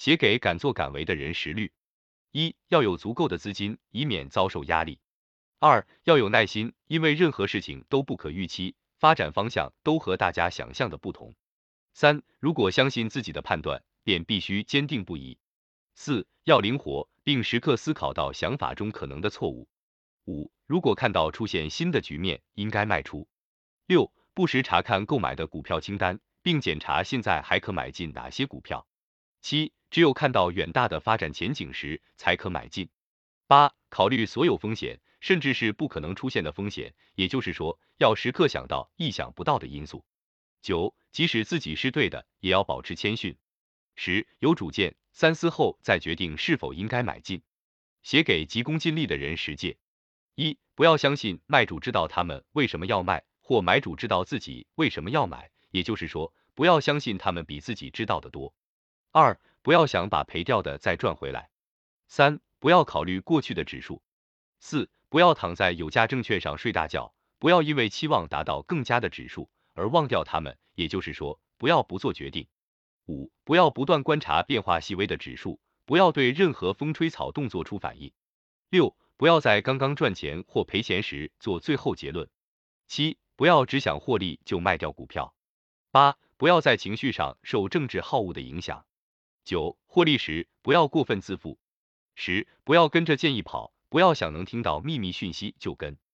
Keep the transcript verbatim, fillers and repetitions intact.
写给敢作敢为的人十律：一、要有足够的资金，以免遭受压力；二、要有耐心，因为任何事情都不可预期，发展方向都和大家想象的不同；三、如果相信自己的判断，便必须坚定不移；四、要灵活，并时刻思考到想法中可能的错误；五、如果看到出现新的局面，应该卖出；六、不时查看购买的股票清单，并检查现在还可买进哪些股票；七、只有看到远大的发展前景时，才可买进；八、考虑所有风险，甚至是不可能出现的风险，也就是说，要时刻想到意想不到的因素；九、即使自己是对的，也要保持谦逊；十、有主见，三思后再决定是否应该买进。写给急功近利的人十戒：一、不要相信卖主知道他们为什么要卖，或买主知道自己为什么要买，也就是说，不要相信他们比自己知道的多。二、不要想把赔掉的再赚回来。三、不要考虑过去的指数。四、不要躺在有价证券上睡大觉，不要因为期望达到更佳的指数而忘掉它们，也就是说，不要不做决定。五、不要不断观察变化细微的指数，不要对任何风吹草动做出反应。六、不要在刚刚赚钱或赔钱时做最后结论。七、不要只想获利就卖掉股票。八、不要在情绪上受政治好恶的影响。九、获利时不要过分自负。十、不要跟着建议跑，不要想能听到秘密讯息就跟。